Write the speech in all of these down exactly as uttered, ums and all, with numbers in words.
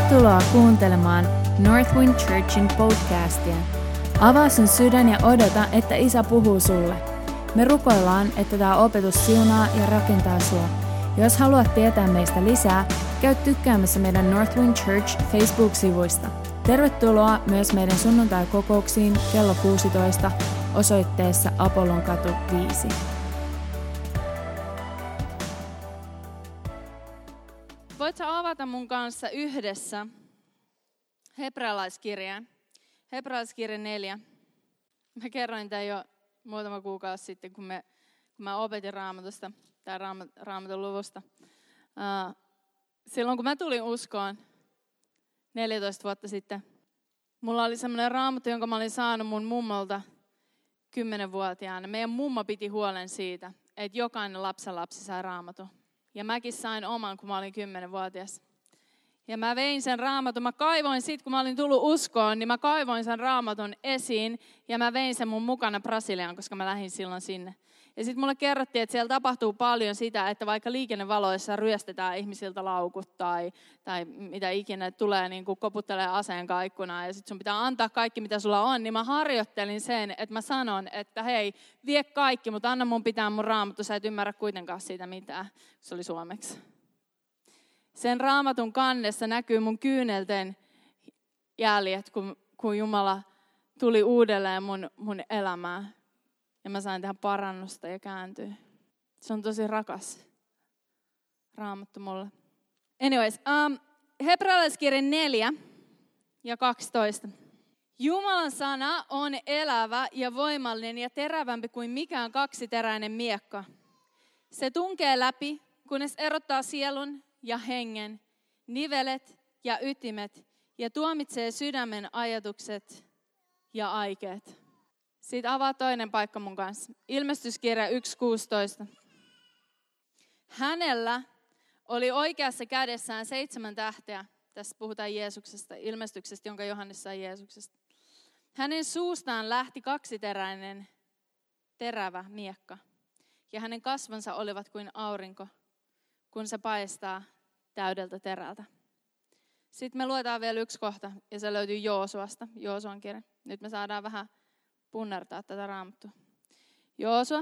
Tervetuloa kuuntelemaan Northwind Churchin podcastia. Avaa sun sydän ja odota, että Isä puhuu sulle. Me rukoillaan, että tämä opetus siunaa ja rakentaa sua. Jos haluat tietää meistä lisää, käy tykkäämässä meidän Northwind Church Facebook-sivuista. Tervetuloa myös meidän sunnuntai-kokouksiin kello kuusitoista osoitteessa Apollonkatu viisi. Voitko avata mun kanssa yhdessä hebrealaiskirjeen, hebrealaiskirja neljä. Mä kerroin tämän jo muutama kuukausi sitten, kun, me, kun mä opetin raamatusta, tai raam, raamatun luvusta. Uh, silloin kun mä tulin uskoon neljätoista vuotta sitten, mulla oli semmoinen raamattu, jonka mä olin saanut mun mummolta kymmenvuotiaana. Meidän mummo piti huolen siitä, että jokainen lapsenlapsi sai raamatun. Ja mäkin sain oman, kun mä olin kymmenvuotias. Ja mä vein sen raamatun. Mä kaivoin sit, kun mä olin tullut uskoon, niin mä kaivoin sen raamatun esiin. Ja mä vein sen mun mukana Brasiliaan, koska mä lähdin silloin sinne. Ja sitten mulle kerrottiin, että siellä tapahtuu paljon sitä, että vaikka liikennevaloissa ryöstetään ihmisiltä laukut tai, tai mitä ikinä tulee niin kuin koputtelee aseen kaikkunaan ja sitten sun pitää antaa kaikki, mitä sulla on, niin mä harjoittelin sen, että mä sanon, että hei, vie kaikki, mutta anna mun pitää mun raamattu, sä et ymmärrä kuitenkaan siitä mitään. Se oli suomeksi. Sen raamatun kannessa näkyy mun kyynelten jäljet, kun, kun Jumala tuli uudelleen mun, mun elämään. Ja mä sain tehdä parannusta ja kääntyä. Se on tosi rakas raamattu mulle. Anyways, um, hebrealaiskirja neljä ja kaksitoista. Jumalan sana on elävä ja voimallinen ja terävämpi kuin mikään kaksiteräinen miekka. Se tunkee läpi, kunnes erottaa sielun ja hengen, nivelet ja ytimet ja tuomitsee sydämen ajatukset ja aikeet. Siitä avaa toinen paikka mun kanssa. Ilmestyskirja yksi kuusitoista. Hänellä oli oikeassa kädessään seitsemän tähteä. Tässä puhutaan Jeesuksesta, ilmestyksestä, jonka Johannes sai Jeesuksesta. Hänen suustaan lähti kaksiteräinen terävä miekka. Ja hänen kasvonsa olivat kuin aurinko, kun se paistaa täydeltä terältä. Sitten me luetaan vielä yksi kohta, ja se löytyy Joosuasta, Joosuan kirja. Nyt me saadaan vähän punnertaa tätä raamattua. Joosua,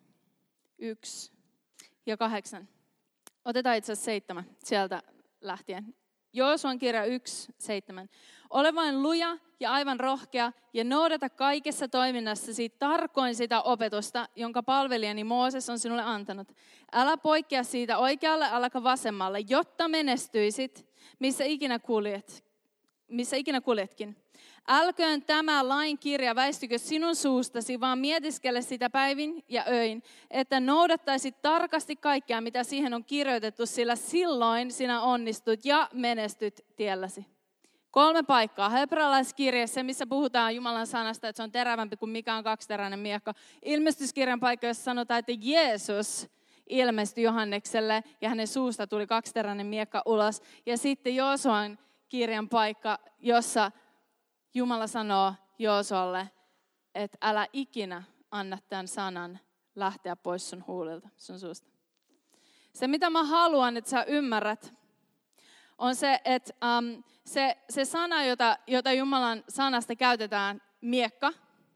yksi ja kahdeksan. Otetaan itse asiassa seitsemän sieltä lähtien. Joosuan kirja yksi, seitsemän. Ole vain luja ja aivan rohkea ja noudata kaikessa toiminnassasi tarkoin sitä opetusta, jonka palvelijani Mooses on sinulle antanut. Älä poikkea siitä oikealle, äläkä vasemmalle, jotta menestyisit, missä ikinä kuljet, missä ikinä kuljetkin. Älköön tämä lain kirja väistykö sinun suustasi, vaan mietiskele sitä päivin ja öin, että noudattaisit tarkasti kaikkea, mitä siihen on kirjoitettu, sillä silloin sinä onnistut ja menestyt tielläsi. Kolme paikkaa. Hebrealaiskirjassa, missä puhutaan Jumalan sanasta, että se on terävämpi kuin mikään kaksiteräinen miekka. Ilmestyskirjan paikka, jossa sanotaan, että Jeesus ilmestyi Johannekselle ja hänen suusta tuli kaksiteräinen miekka ulos. Ja sitten Joosuan kirjan paikka, jossa Jumala sanoo Joosualle, että älä ikinä anna tämän sanan lähteä pois sun huulilta, sun suusta. Se, mitä mä haluan, että sä ymmärrät, on se, että um, se, se sana, jota, jota Jumalan sanasta käytetään, miekka,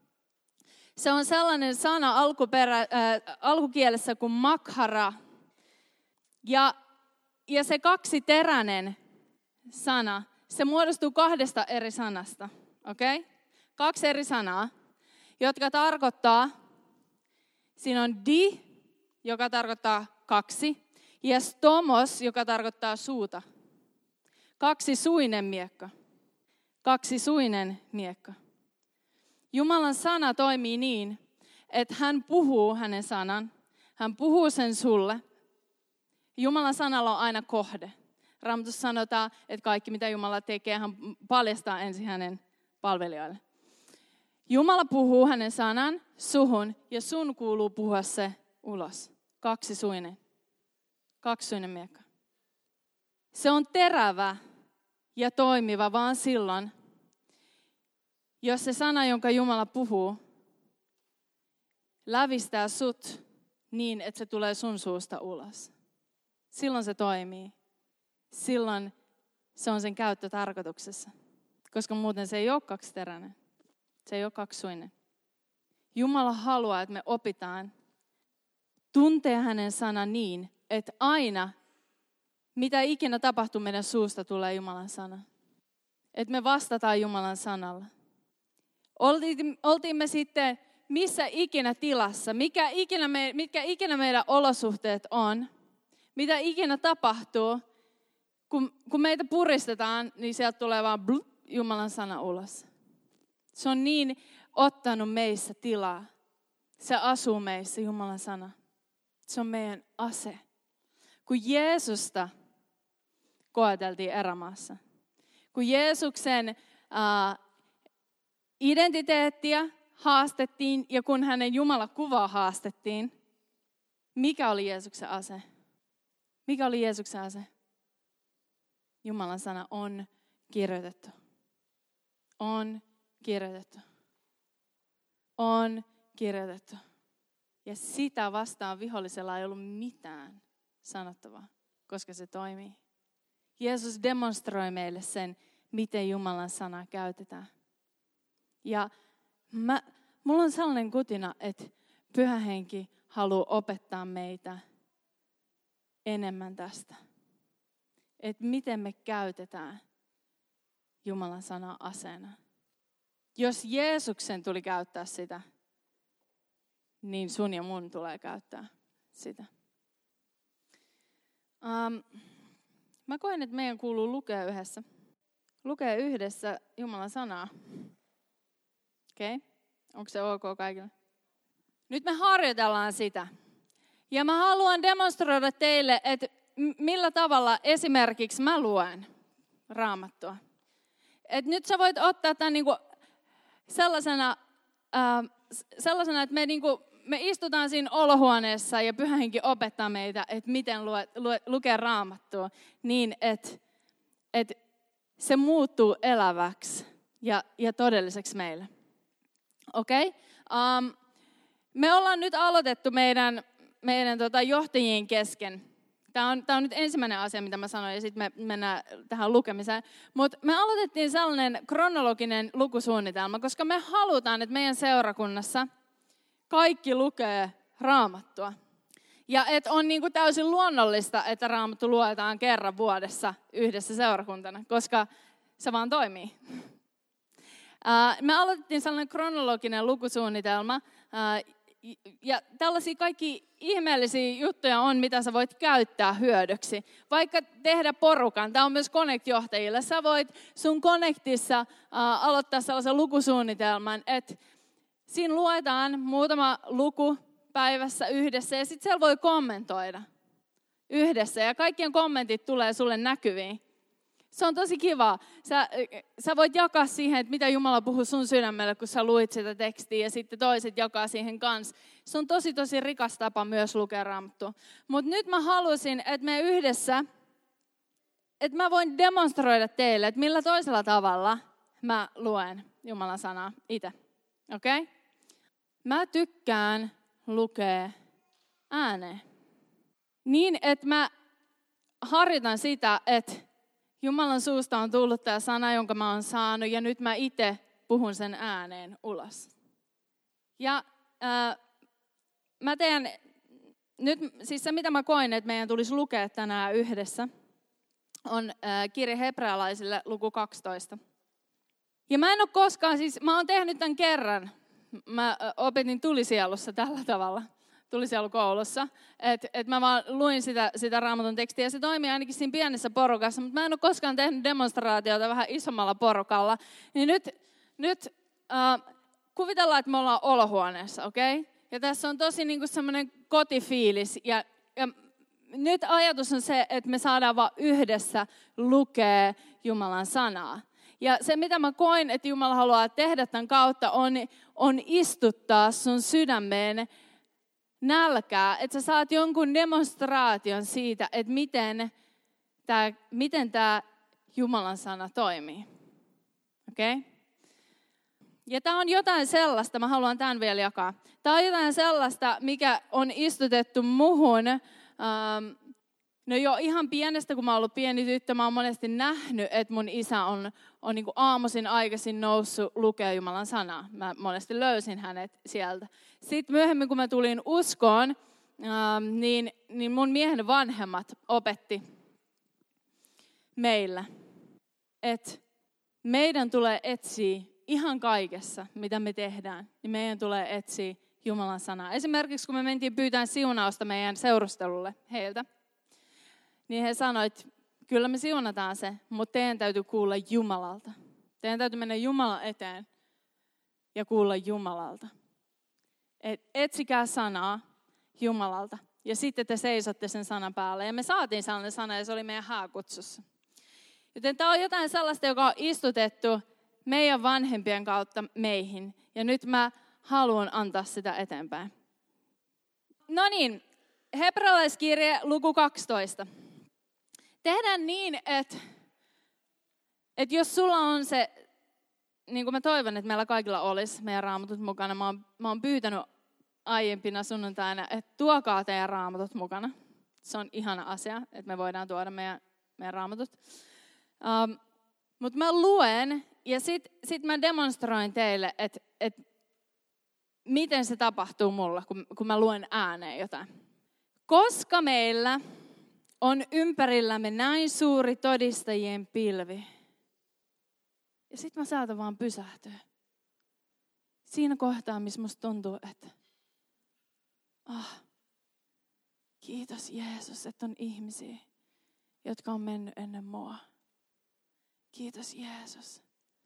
se on sellainen sana alkuperä, äh, alkukielessä kuin makhara. Ja, ja se kaksiteräinen sana, se muodostuu kahdesta eri sanasta. Okei? Okay? Kaksi eri sanaa, jotka tarkoittaa, siinä on di, joka tarkoittaa kaksi, ja stomos, joka tarkoittaa suuta. Kaksisuinen miekka. Kaksisuinen miekka. Jumalan sana toimii niin, että hän puhuu hänen sanan, hän puhuu sen sulle. Jumalan sanalla on aina kohde. Raamatussa sanotaan, että kaikki mitä Jumala tekee, hän paljastaa ensin hänen palvelijoille. Jumala puhuu hänen sanan suhun ja sun kuuluu puhua se ulos. Kaksisuinen. Kaksisuinen miekka. Se on terävä ja toimiva vaan silloin, jos se sana, jonka Jumala puhuu, lävistää sut niin, että se tulee sun suusta ulos. Silloin se toimii. Silloin se on sen käyttötarkoituksessa. Koska muuten se ei ole kaksiteräinen. Se ei ole kaksisuinen. Jumala haluaa, että me opitaan tuntea hänen sanan niin, että aina, mitä ikinä tapahtuu, meidän suusta tulee Jumalan sana. Että me vastataan Jumalan sanalla. Oltiin, oltiin me sitten missä ikinä tilassa, mikä ikinä me, mitkä ikinä meidän olosuhteet on, mitä ikinä tapahtuu, kun, kun meitä puristetaan, niin sieltä tulee vaan blup, Jumalan sana ulos. Se on niin ottanut meissä tilaa. Se asuu meissä, Jumalan sana. Se on meidän ase. Kun Jeesusta koeteltiin erämaassa, kun Jeesuksen äh, identiteettiä haastettiin ja kun hänen Jumalan kuvaa haastettiin, mikä oli Jeesuksen ase? Mikä oli Jeesuksen ase? Jumalan sana on kirjoitettu. On kirjoitettu. On kirjoitettu. Ja sitä vastaan vihollisella ei ollut mitään sanottavaa, koska se toimii. Jeesus demonstroi meille sen, miten Jumalan sanaa käytetään. Ja mä, mulla on sellainen kutina, että Pyhä Henki haluaa opettaa meitä enemmän tästä. Että miten me käytetään Jumalan sanaa aseena. Jos Jeesuksen tuli käyttää sitä, niin sun ja mun tulee käyttää sitä. Um, mä koen, että meidän kuuluu lukea yhdessä. Lukea yhdessä Jumalan sanaa. Okei? Okay. Onko se ok kaikille? Nyt me harjoitellaan sitä. Ja mä haluan demonstroida teille, että millä tavalla esimerkiksi mä luen Raamattua. Et nyt sä voit ottaa tämän niinku sellaisena, äh, sellaisena, että me, niinku, me istutaan siinä olohuoneessa ja Pyhä Henki opettaa meitä, että miten lue, lue, lukea Raamattua niin, että et se muuttuu eläväksi ja, ja todelliseksi meille. Okei? Okay? Um, me ollaan nyt aloitettu meidän, meidän tota, johtajien kesken. Tämä on, tämä on nyt ensimmäinen asia, mitä mä sanoin, ja sitten me mennään tähän lukemiseen. Mutta me aloitettiin sellainen kronologinen lukusuunnitelma, koska me halutaan, että meidän seurakunnassa kaikki lukee Raamattua. Ja että on niin kuin täysin luonnollista, että Raamattu luetaan kerran vuodessa yhdessä seurakuntana, koska se vaan toimii. Me aloitettiin sellainen kronologinen lukusuunnitelma, ja tällaisia kaikki ihmeellisiä juttuja on, mitä sä voit käyttää hyödyksi. Vaikka tehdä porukan, tämä on myös Connect-johtajille, sä voit sun Connectissa aloittaa sellaisen lukusuunnitelman, että siinä luetaan muutama luku päivässä yhdessä, ja sitten siellä voi kommentoida yhdessä, ja kaikkien kommentit tulee sulle näkyviin. Se on tosi kiva. Sä, sä voit jakaa siihen, että mitä Jumala puhuu sun sydämelle, kun sä luit sitä tekstiä, ja sitten toiset jakaa siihen kanssa. Se on tosi, tosi rikas tapa myös lukea Raamattua. Mutta nyt mä halusin, että me yhdessä, että mä voin demonstroida teille, että millä toisella tavalla mä luen Jumalan sanaa itse. Okei? Okay? Mä tykkään lukea ääneen. Niin, että mä harjoitan sitä, että Jumalan suusta on tullut tämä sana, jonka mä oon saanut, ja nyt mä itse puhun sen ääneen ulos. Ja äh, mä teen, nyt siis se mitä mä koin, että meidän tulisi lukea tänään yhdessä, on äh, kirje hebrealaisille luku kaksitoista. Ja mä en ole koskaan, siis mä oon tehnyt tämän kerran, mä äh, opetin tulisielussa tällä tavalla. Tulisielukoulussa, että et mä vaan luin sitä, sitä Raamatun tekstiä, ja se toimii ainakin siinä pienessä porukassa, mutta mä en ole koskaan tehnyt demonstraatiota vähän isommalla porukalla. Niin nyt, nyt äh, kuvitellaan, että me ollaan olohuoneessa, okei? Okay? Ja tässä on tosi niinku semmoinen kotifiilis, ja, ja nyt ajatus on se, että me saadaan vaan yhdessä lukea Jumalan sanaa. Ja se, mitä mä koin, että Jumala haluaa tehdä tämän kautta, on, on istuttaa sun sydämeen nälkää, että sä saat jonkun demonstraation siitä, että miten tämä, miten tämä Jumalan sana toimii. Okei? Okay? Ja tämä on jotain sellaista, mä haluan tämän vielä jakaa. Tämä on jotain sellaista, mikä on istutettu muhun ähm, No jo ihan pienestä, kun mä oon ollut pieni tyttö, mä oon monesti nähnyt, että mun isä on, on niin kuin aamuisin aikaisin noussut lukea Jumalan sanaa. Mä monesti löysin hänet sieltä. Sitten myöhemmin, kun mä tulin uskoon, ähm, niin, niin mun miehen vanhemmat opetti meillä, että meidän tulee etsiä ihan kaikessa, mitä me tehdään, niin meidän tulee etsiä Jumalan sanaa. Esimerkiksi kun me mentiin pyytämään siunausta meidän seurustelulle heiltä, niin he sanoivat, että kyllä me siunataan se, mutta teidän täytyy kuulla Jumalalta. Teidän täytyy mennä Jumalan eteen ja kuulla Jumalalta. Et etsikää sanaa Jumalalta ja sitten te seisotte sen sanan päälle. Ja me saatiin sellainen sana ja se oli meidän hääkutsussa. Joten tämä on jotain sellaista, joka on istutettu meidän vanhempien kautta meihin. Ja nyt mä haluan antaa sitä eteenpäin. No niin, hebrealaiskirje luku kaksitoista. Tehdään niin, että, että jos sulla on se, niin kuin mä toivon, että meillä kaikilla olisi meidän raamatut mukana. Mä oon, mä oon pyytänyt aiempina sunnuntaina, että tuokaa teidän raamatut mukana. Se on ihana asia, että me voidaan tuoda meidän, meidän raamatut. Um, Mutta mä luen ja sit, sit mä demonstroin teille, että et miten se tapahtuu mulla, kun, kun mä luen ääneen jotain. Koska meillä on ympärillämme näin suuri todistajien pilvi. Ja sit mä saatan vaan pysähtyä. Siinä kohtaa, missä musta tuntuu, että ah, kiitos Jeesus, että on ihmisiä, jotka on mennyt ennen mua. Kiitos Jeesus.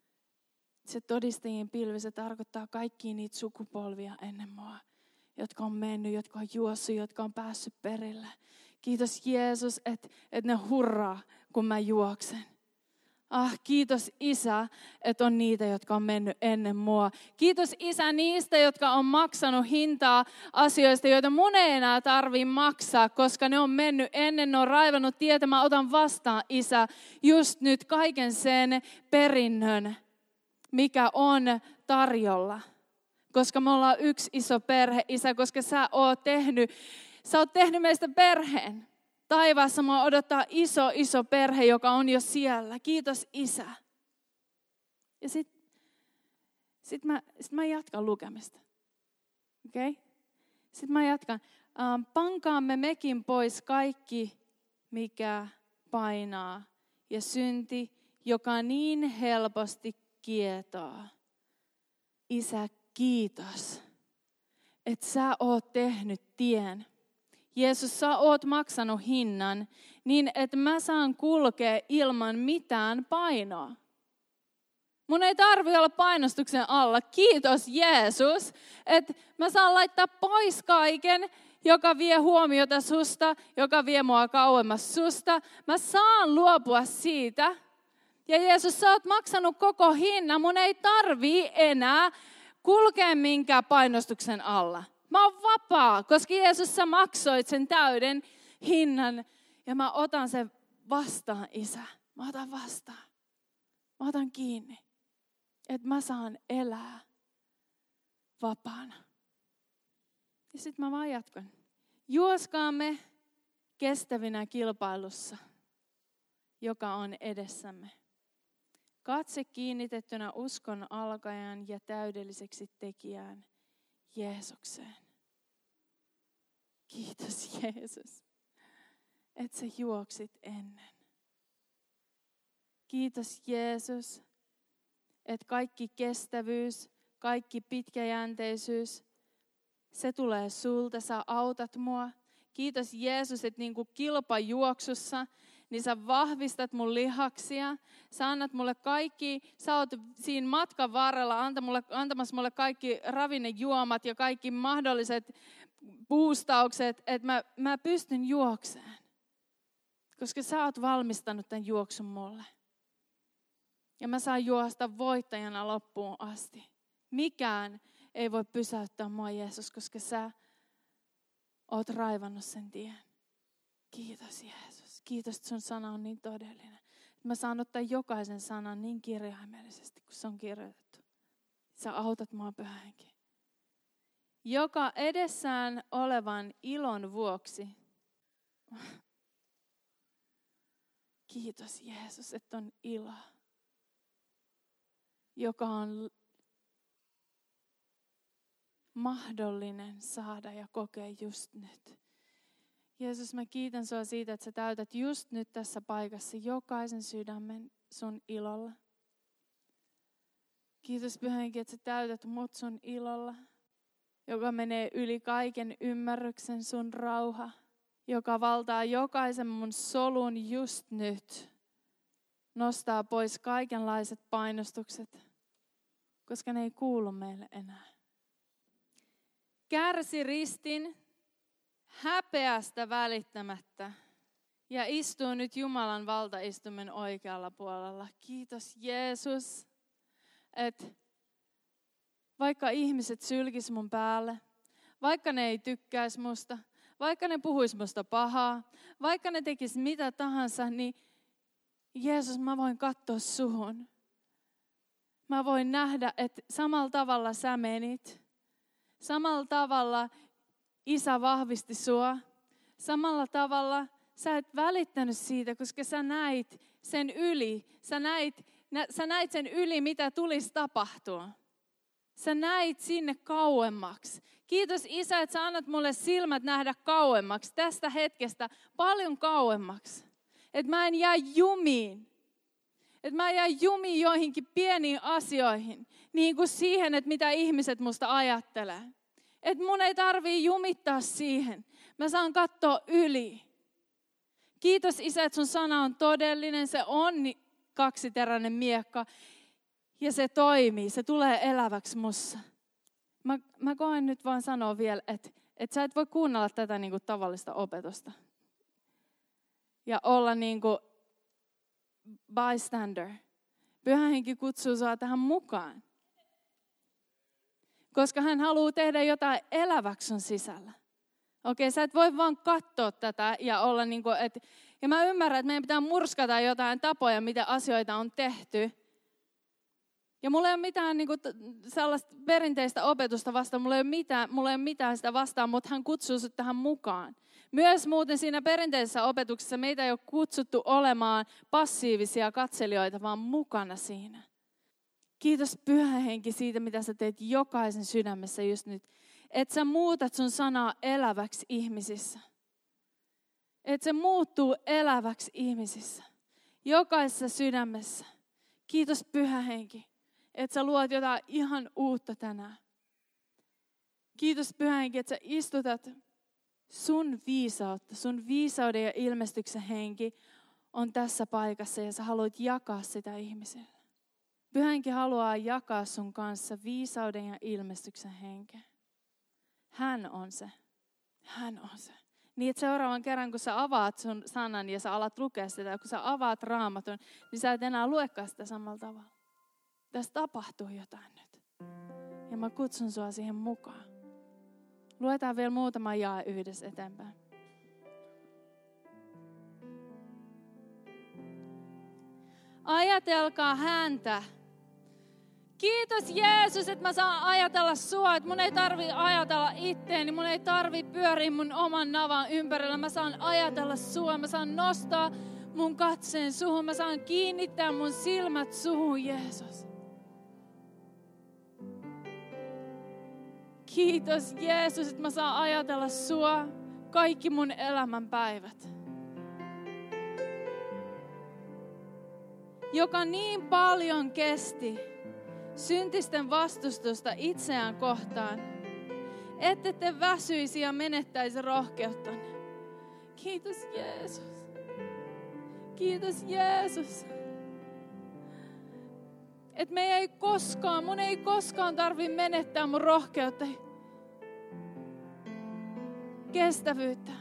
Se todistajien pilvi, se tarkoittaa kaikkia niitä sukupolvia ennen mua, jotka on mennyt, jotka on juossut, jotka on päässyt perille. Kiitos Jeesus, että, että ne hurraa, kun mä juoksen. Ah, kiitos Isä, että on niitä, jotka on mennyt ennen mua. Kiitos Isä niistä, jotka on maksanut hintaa asioista, joita mun ei enää tarvitse maksaa, koska ne on mennyt ennen, ne on raivannut tietä. Mä otan vastaan, Isä, just nyt kaiken sen perinnön, mikä on tarjolla. Koska me ollaan yksi iso perhe, Isä, koska sä oot tehnyt, sä oot tehnyt meistä perheen. Taivaassa mua odottaa iso, iso perhe, joka on jo siellä. Kiitos Isä. Ja sitten sit mä, sit mä jatkan lukemista. Okei? Okay? Sitten mä jatkan. Um, pankaamme mekin pois kaikki, mikä painaa. Ja synti, joka niin helposti kietoo. Isä, kiitos, että sä oot tehnyt tien. Jeesus, sä oot maksanut hinnan niin, että mä saan kulkea ilman mitään painoa. Mun ei tarvitse olla painostuksen alla. Kiitos Jeesus, että mä saan laittaa pois kaiken, joka vie huomiota susta, joka vie mua kauemmas susta. Mä saan luopua siitä. Ja Jeesus, sä oot maksanut koko hinnan. Mun ei tarvii enää kulkea minkään painostuksen alla. Mä oon vapaa, koska Jeesus, sä maksoit sen täyden hinnan. Ja mä otan sen vastaan, Isä. Mä otan vastaan. Mä otan kiinni, että mä saan elää vapaana. Ja sitten mä vaan jatkan. Juoskaamme kestävinä kilpailussa, joka on edessämme. Katse kiinnitettynä uskon alkajan ja täydelliseksi tekijään, Jeesukseen. Kiitos Jeesus, että sä juoksit ennen. Kiitos Jeesus, että kaikki kestävyys, kaikki pitkäjänteisyys, se tulee sulta, sä autat mua. Kiitos Jeesus, että niin kuin kilpajuoksussa, niin sä vahvistat mun lihaksia. Sä annat mulle kaikki, sä oot siinä matkan varrella anta mulle, antamassa mulle kaikki ravinnejuomat ja kaikki mahdolliset boostaukset, että mä, mä pystyn juokseen. Koska sä oot valmistanut tämän juoksun mulle. Ja mä saan juosta voittajana loppuun asti. Mikään ei voi pysäyttää mua, Jeesus, koska sä oot raivannut sen tien. Kiitos Jeesus. Kiitos, että sun sana on niin todellinen. Mä saan ottaa jokaisen sanan niin kirjaimellisesti, kun se on kirjoitettu. Sä autat mua, Pyhä Henki. Joka edessään olevan ilon vuoksi Kiitos Jeesus, että on ilo, joka on mahdollinen saada ja kokea just nyt. Jeesus, mä kiitän sua siitä, että sä täytät just nyt tässä paikassa jokaisen sydämen sun ilolla. Kiitos Pyhä Henki, että sä täytät mut sun ilolla, joka menee yli kaiken ymmärryksen, sun rauha, joka valtaa jokaisen mun solun just nyt. Nostaa pois kaikenlaiset painostukset, koska ne ei kuulu meille enää. Kärsi ristin häpeästä välittämättä ja istuu nyt Jumalan valtaistuimen oikealla puolella. Kiitos Jeesus, että vaikka ihmiset sylkis mun päälle, vaikka ne ei tykkäis musta, vaikka ne puhuis musta pahaa, vaikka ne tekis mitä tahansa, niin Jeesus, mä voin katsoa suhun. Mä voin nähdä, että samalla tavalla sä menit. Samalla tavalla Isä vahvisti sua. Samalla tavalla sä et välittänyt siitä, koska sä näit sen yli. Sä näit, nä, sä näit sen yli, mitä tulisi tapahtua. Sä näit sinne kauemmaksi. Kiitos Isä, että sä annat mulle silmät nähdä kauemmaksi. Tästä hetkestä paljon kauemmaksi. Että mä en jää jumiin. Että mä en jää jumiin joihinkin pieniin asioihin. Niin kuin siihen, että mitä ihmiset musta ajattelee. Että mun ei tarvii jumittaa siihen. Mä saan katsoa yli. Kiitos Isä, että sun sana on todellinen. Se on kaksiteräinen miekka. Ja se toimii. Se tulee eläväksi mussa. Mä, mä koen nyt vaan sanoa vielä, että, että sä et voi kuunnella tätä niin kuin tavallista opetusta. Ja olla niin kuin bystander. Pyhä Henki kutsuu sua tähän mukaan. Koska hän haluaa tehdä jotain eläväksi sun sisällä. Okei, sä et voi vaan katsoa tätä ja olla niin kuin, että... Ja mä ymmärrän, että meidän pitää murskata jotain tapoja, miten asioita on tehty. Ja mulla ei ole mitään niin kuin, sellaista perinteistä opetusta vastaan, mulla ei ole mitään, mulla ei ole mitään sitä vastaan, mutta hän kutsuu sut tähän mukaan. Myös muuten siinä perinteisessä opetuksessa meitä ei ole kutsuttu olemaan passiivisia katselijoita, vaan mukana siinä. Kiitos Pyhä Henki siitä, mitä sä teet jokaisen sydämessä just nyt. Että sä muutat sun sanaa eläväksi ihmisissä. Että se muuttuu eläväksi ihmisissä. Jokaisessa sydämessä. Kiitos Pyhä Henki, että sä luot jotain ihan uutta tänään. Kiitos Pyhä Henki, että sä istutat sun viisautta, sun viisauden ja ilmestyksen henki on tässä paikassa ja sä haluat jakaa sitä ihmisille. Pyhä Henki haluaa jakaa sun kanssa viisauden ja ilmestyksen henkeä. Hän on se. Hän on se. Niin, että seuraavan kerran, kun sä avaat sun sanan ja sä alat lukea sitä, kun sä avaat Raamatun, niin sä et enää luekaan sitä samalla tavalla. Tässä tapahtuu jotain nyt. Ja mä kutsun sua siihen mukaan. Luetaan vielä muutama jae yhdessä eteenpäin. Ajatelkaa häntä. Kiitos Jeesus, että mä saan ajatella sua, että mun ei tarvi ajatella itteeni, mun ei tarvi pyöriä mun oman navan ympärillä. Mä saan ajatella sua, mä saan nostaa mun katseen suhun, mä saan kiinnittää mun silmät suhun, Jeesus. Kiitos Jeesus, että mä saan ajatella sua kaikki mun elämän päivät. Joka niin paljon kesti syntisten vastustusta itseään kohtaan, ette te väsyisi ja menettäisi rohkeuttanne. Kiitos Jeesus. Kiitos Jeesus. Että me ei koskaan, mun ei koskaan tarvitse menettää mun rohkeutta, kestävyyttä.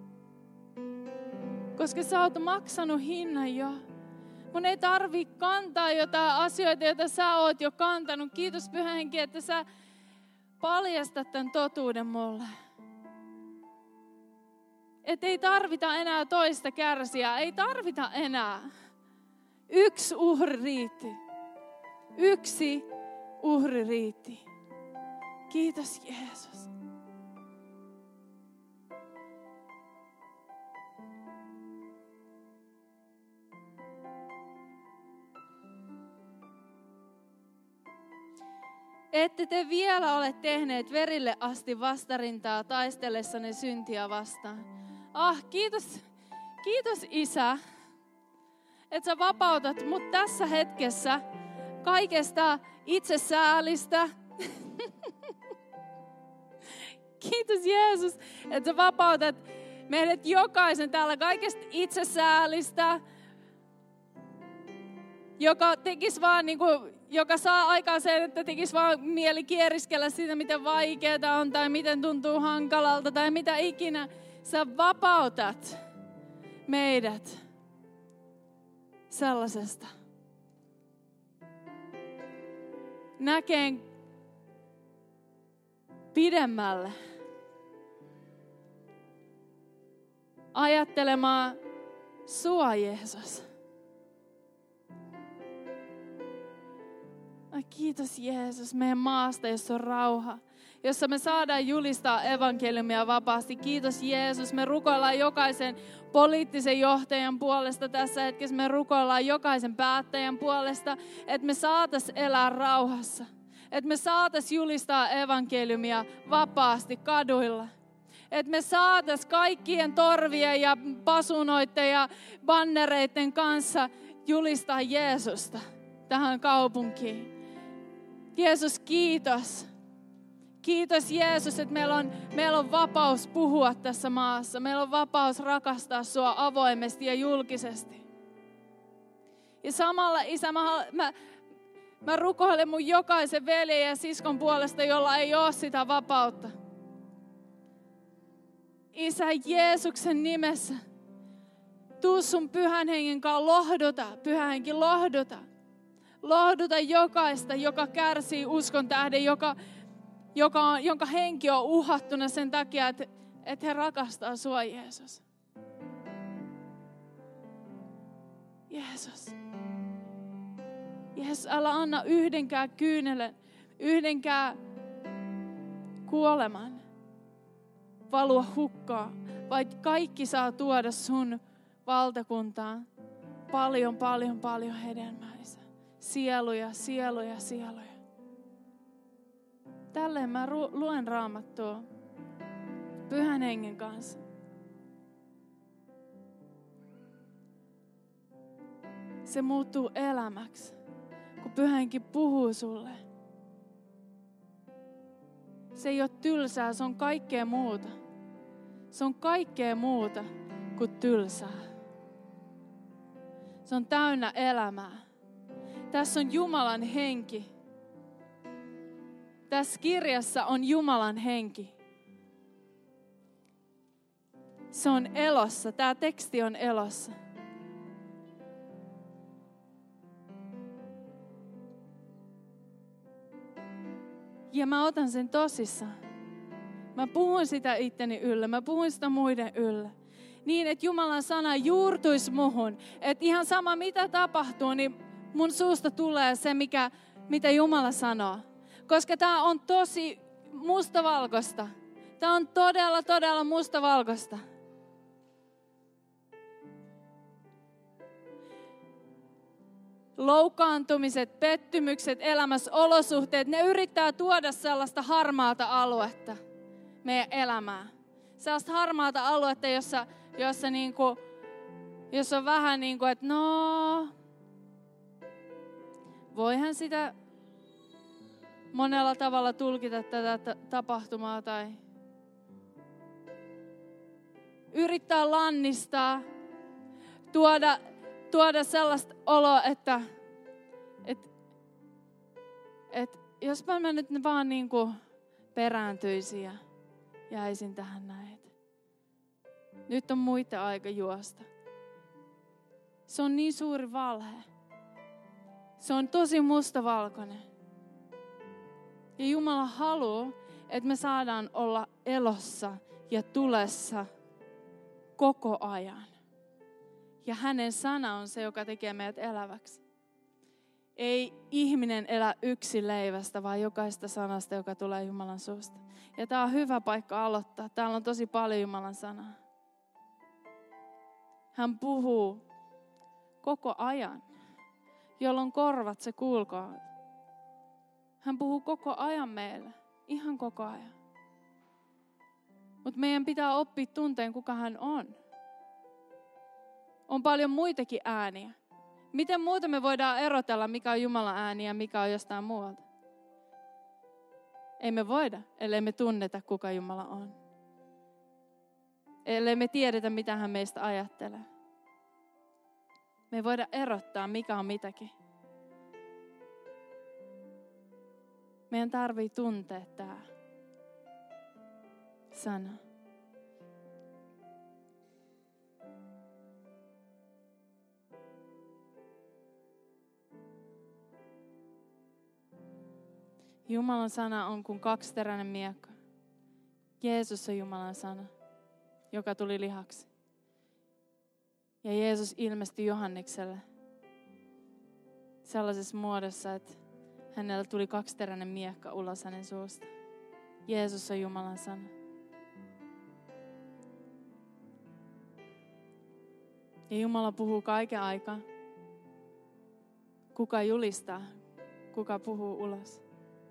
Koska sä oot maksanut hinnan jo. Mun ei tarvi kantaa jotain asioita, joita sä oot jo kantanut. Kiitos Pyhä Henki, että sä paljastat tämän totuuden mulle. Että ei tarvita enää toista kärsiä. Ei tarvita enää. Yksi uhri riitti. Yksi uhri riitti. Kiitos Jeesus. ette te vielä ole tehneet verille asti vastarintaa taistellessanne syntiä vastaan. Ah, kiitos, kiitos Isä, että sä vapautat mut tässä hetkessä kaikesta itsesäälistä. Kiitos Jeesus, että sä vapautat meidät jokaisen täällä kaikesta itsesäälistä, joka tekisi vaan niin kuin, joka saa aikaan sen, että tekisi vaan mieli kieriskellä siitä, miten vaikeaa on tai miten tuntuu hankalalta tai mitä ikinä. Sä vapautat meidät sellaisesta. Näkeen pidemmälle. Ajattelemaan sua, Jeesus. Ai kiitos Jeesus meidän maasta, jossa on rauha, jossa me saadaan julistaa evankeliumia vapaasti. Kiitos Jeesus, me rukoillaan jokaisen poliittisen johtajan puolesta tässä hetkessä. Me rukoillaan jokaisen päättäjän puolesta, että me saatais elää rauhassa. Että me saatais julistaa evankeliumia vapaasti kaduilla. Että me saatais kaikkien torvien ja pasunoiden ja bannereiden kanssa julistaa Jeesusta tähän kaupunkiin. Jeesus, kiitos. Kiitos Jeesus, että meillä on, meillä on vapaus puhua tässä maassa. Meillä on vapaus rakastaa sua avoimesti ja julkisesti. Ja samalla, Isä, mä, mä, mä rukoilen mun jokaisen veljen ja siskon puolesta, jolla ei ole sitä vapautta. Isä, Jeesuksen nimessä, tuu sun pyhän hengen kanssa, lohduta, pyhä henki, lohduta. Lohduta jokaista, joka kärsii uskon tähden, joka, joka on, jonka henki on uhattuna sen takia, että, että he rakastaa sua, Jeesus. Jeesus. Jeesus, älä anna yhdenkään kyynelen, yhdenkään kuoleman valua hukkaa, vaan kaikki saa tuoda sun valtakuntaan paljon, paljon, paljon hedelmää. Sieluja, sieluja, sieluja. Tälleen mä ru- luen Raamattua pyhän hengen kanssa. Se muuttuu elämäksi, kun pyhä henki puhuu sulle. Se ei ole tylsää, se on kaikkea muuta. Se on kaikkea muuta kuin tylsää. Se on täynnä elämää. Tässä on Jumalan henki. Tässä kirjassa on Jumalan henki. Se on elossa. Tämä teksti on elossa. Ja mä otan sen tosissaan. Mä puhun sitä itteni yllä. Mä puhun sitä muiden yllä. Niin, että Jumalan sana juurtuisi muhun. Että ihan sama mitä tapahtuu, niin mun suusta tulee se, mikä, mitä Jumala sanoo. Koska tää on tosi mustavalkoista. Tää on todella, todella mustavalkoista. Loukkaantumiset, pettymykset, elämässä olosuhteet, ne yrittää tuoda sellaista harmaata aluetta meidän elämään. Sellaista harmaata aluetta, jossa, jossa, niinku, jossa on vähän niin kuin, että no, voihan sitä monella tavalla tulkita tätä tapahtumaa tai yrittää lannistaa, tuoda, tuoda sellaista oloa, että et, et, jospa mä nyt vaan niin kuin perääntyisin ja jäisin tähän näin. Nyt on muiden aika juosta. Se on niin suuri valhe. Se on tosi mustavalkoinen. Ja Jumala haluaa, että me saadaan olla elossa ja tulessa koko ajan. Ja hänen sana on se, joka tekee meidät eläväksi. Ei ihminen elä yksin leivästä, vaan jokaista sanasta, joka tulee Jumalan suusta. Ja tämä on hyvä paikka aloittaa. Täällä on tosi paljon Jumalan sanaa. Hän puhuu koko ajan, jolloin korvat se kuulkaa. Hän puhuu koko ajan meille. Ihan koko ajan. Mutta meidän pitää oppia tunteen, kuka hän on. On paljon muitakin ääniä. Miten muuta me voidaan erotella, mikä on Jumalan ääni ja mikä on jostain muualta? Ei me voida, ellei me tunneta, kuka Jumala on. Ellei me tiedetä, mitä hän meistä ajattelee. Me ei voida erottaa, mikä on mitäkin. Meidän tarvii tuntea tämä sana. Jumalan sana on kuin kaksiteräinen miekka. Jeesus on Jumalan sana, joka tuli lihaksi. Ja Jeesus ilmestyi Johannekselle sellaisessa muodossa, että hänellä tuli kaksiteräinen miekka ulos hänen suusta. Jeesus on Jumalan sana. Ja Jumala puhuu kaiken aikaa. Kuka julistaa, kuka puhuu ulos.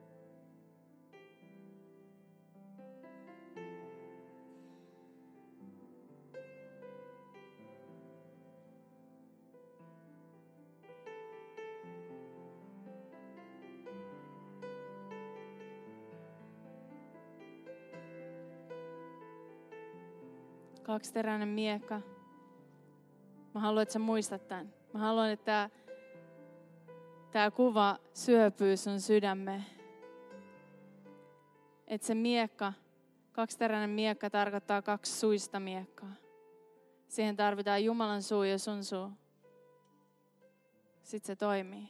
Kaksiteräinen miekka. Mä haluan, että sä muistat tämän. Mä haluan, että tämä, tämä kuva syöpyy sun sydämeen. Että se miekka, kaksiteräinen miekka tarkoittaa kaksi suista miekkaa. Siihen tarvitaan Jumalan suu ja sun suu. Sitten se toimii.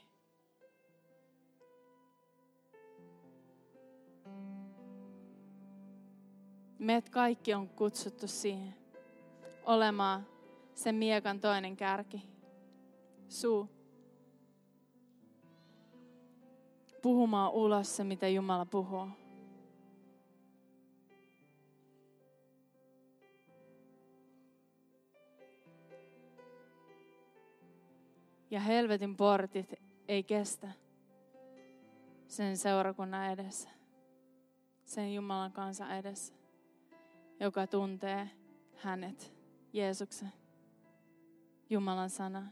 Meidät kaikki on kutsuttu siihen. Olemaan sen miekan toinen kärki. Suu. Puhumaan ulos se, mitä Jumala puhuu. Ja helvetin portit ei kestä sen seurakunnan edessä. Sen Jumalan kansan edessä, joka tuntee hänet. Jeesuksen, Jumalan sana.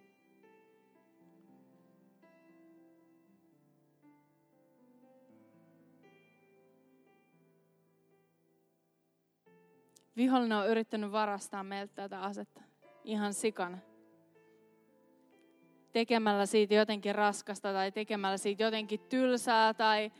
Vihollinen on yrittänyt varastaa meiltä tätä asetta ihan sikana. Tekemällä siitä jotenkin raskasta tai tekemällä siitä jotenkin tylsää tai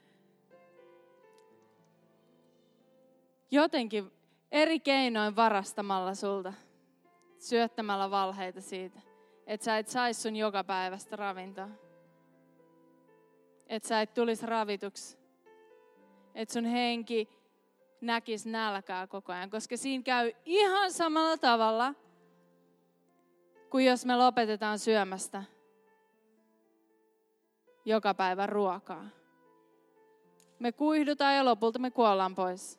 jotenkin eri keinoin varastamalla sulta, syöttämällä valheita siitä, että sä et sais sun joka päivästä ravintoa. Että sä et tulisi ravituksi. Että sun henki näkisi nälkää koko ajan, koska siinä käy ihan samalla tavalla kuin jos me lopetetaan syömästä joka päivä ruokaa. Me kuihdutaan ja lopulta me kuollaan pois.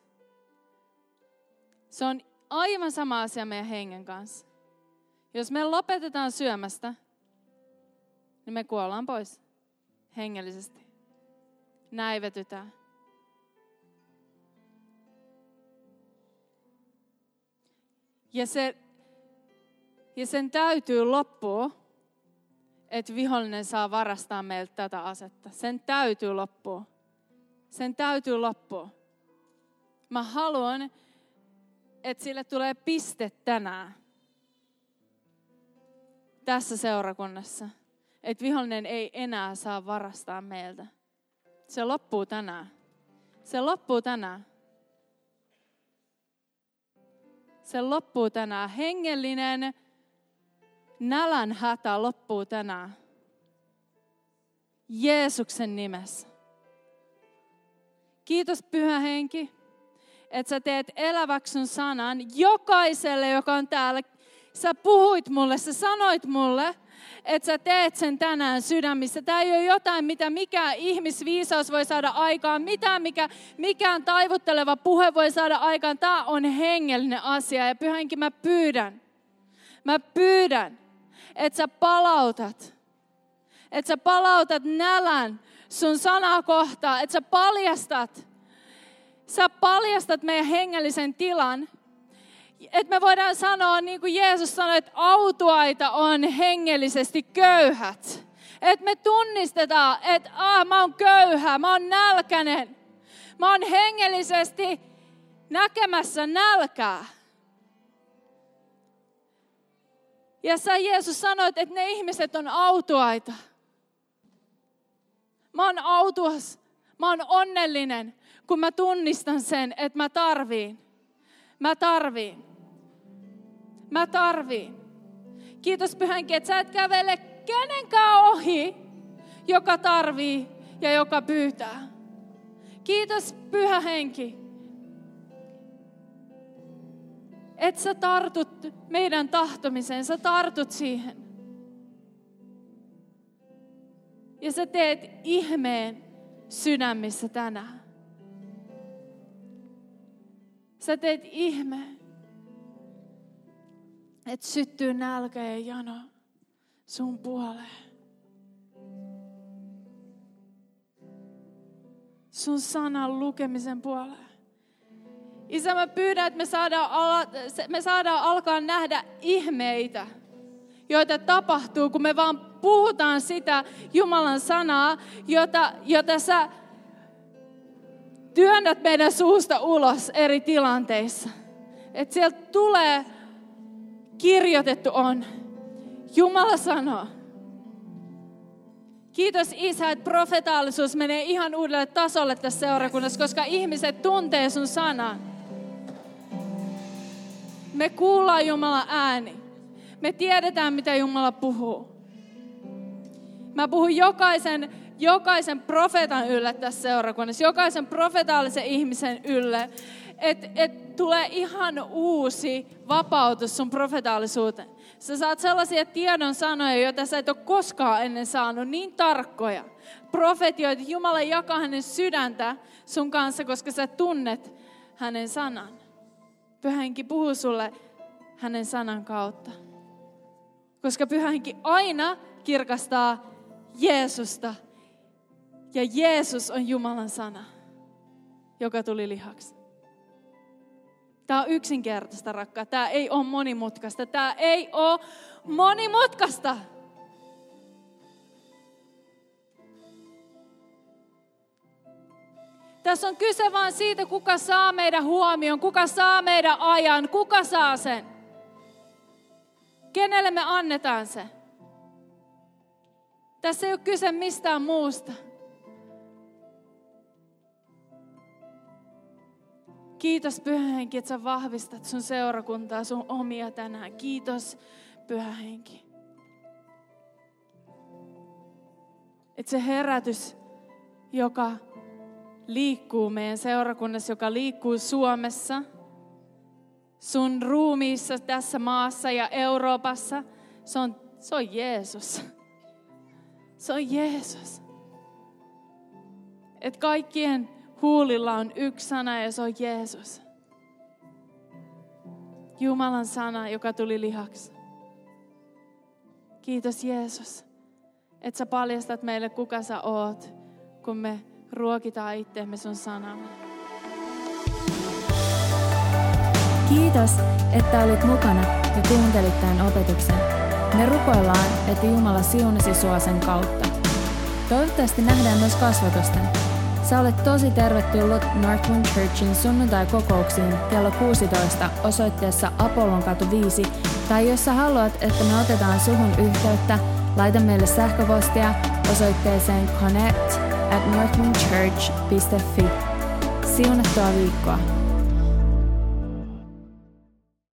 Se on aivan sama asia meidän hengen kanssa. Jos me lopetetaan syömästä, niin me kuollaan pois hengellisesti. Näivetytään. Ja, se, ja sen täytyy loppua, että vihollinen saa varastaa meiltä tätä asetta. Sen täytyy loppua. Sen täytyy loppua. Mä haluan, että sille tulee piste tänään. Tässä seurakunnassa. Että vihollinen ei enää saa varastaa meiltä. Se loppuu tänään. Se loppuu tänään. Se loppuu tänään. Hengellinen nälän hätä loppuu tänään. Jeesuksen nimessä. Kiitos Pyhä Henki, että sä teet eläväksi sun sanan jokaiselle, joka on täällä. Sä puhuit mulle, sä sanoit mulle, että sä teet sen tänään sydämissä. Tämä ei ole jotain, mitä mikään ihmisviisaus voi saada aikaan, mitään, mikä mikään taivutteleva puhe voi saada aikaan. Tämä on hengellinen asia ja Pyhä Henki, mä pyydän, mä pyydän, että sä palautat, että sä palautat nälän sun sanaa kohtaan, että sä paljastat, sä paljastat meidän hengellisen tilan. Että me voidaan sanoa, niin kuin Jeesus sanoi, että autuaita on hengellisesti köyhät. Että me tunnistetaan, että ah, mä oon köyhä, mä oon nälkäinen. Mä oon hengellisesti näkemässä nälkää. Ja sä Jeesus sanoit, että ne ihmiset on autuaita. Mä oon autuas, mä oon onnellinen, kun mä tunnistan sen, että mä tarviin. Mä tarviin. Mä tarviin. Kiitos Pyhä Henki, että sä et kävele kenenkään ohi, joka tarvii ja joka pyytää. Kiitos Pyhä Henki, että sä tartut meidän tahtomiseen, sä tartut siihen. Ja sä teet ihmeen sydämissä tänään. Sä teet ihmeen, että syttyy nälkä ja jano sun puoleen. Sun sanan lukemisen puoleen. Isä, mä pyydän, että me saadaan, ala, me saadaan alkaa nähdä ihmeitä, joita tapahtuu, kun me vaan puhutaan sitä Jumalan sanaa, jota, jota sä työnnät meidän suusta ulos eri tilanteissa. Että sieltä tulee, kirjoitettu on. Jumala sanoo. Kiitos Isä, että profetaalisuus menee ihan uudelle tasolle tässä seurakunnassa, koska ihmiset tuntee sun sanan. Me kuullaan Jumalan ääni. Me tiedetään, mitä Jumala puhuu. Mä puhun jokaisen, jokaisen profeetan ylle tässä seurakunnassa, jokaisen profetaalisen ihmisen ylle, että et tulee ihan uusi vapautus sun profetaalisuuteen. Sä saat sellaisia tiedon sanoja, joita sä et ole koskaan ennen saanut, niin tarkkoja. Profetioita, Jumala jakaa hänen sydäntä sun kanssa, koska sä tunnet hänen sanan. Pyhä Henki puhuu sulle hänen sanan kautta. Koska Pyhä Henki aina kirkastaa Jeesusta. Ja Jeesus on Jumalan sana, joka tuli lihaksi. Tämä on yksinkertaista, rakkaat. Tämä ei ole monimutkaista. Tämä ei ole monimutkaista. Tässä on kyse vain siitä, kuka saa meidän huomion, kuka saa meidän ajan, kuka saa sen. Kenelle me annetaan se? Tässä ei ole kyse mistään muusta. Kiitos Pyhä Henki, että sä vahvistat sun seurakuntaa, sun omia tänään. Kiitos Pyhä Henki. Että se herätys, joka liikkuu meidän seurakunnassa, joka liikkuu Suomessa, sun ruumiissa tässä maassa ja Euroopassa, se on, se on Jeesus. Se on Jeesus. Että kaikkien huulilla on yksi sana ja se on Jeesus. Jumalan sana, joka tuli lihaksi. Kiitos Jeesus, että sä paljastat meille kuka sä oot, kun me ruokitaan itseämme sun sanalla. Kiitos, että olit mukana ja kuuntelit tämän opetuksen. Me rukoillaan, että Jumala siunasi sua sen kautta. Toivottavasti nähdään myös kasvatusten. Sä olet tosi tervetullut Northwind Churchin sunnuntai-kokouksiin kello kuusitoista osoitteessa Apollonkatu viisi, tai jos sä haluat, että me otetaan suhun yhteyttä, laita meille sähköpostia osoitteeseen connect at northwindchurch piste fi. Siunattua viikkoa!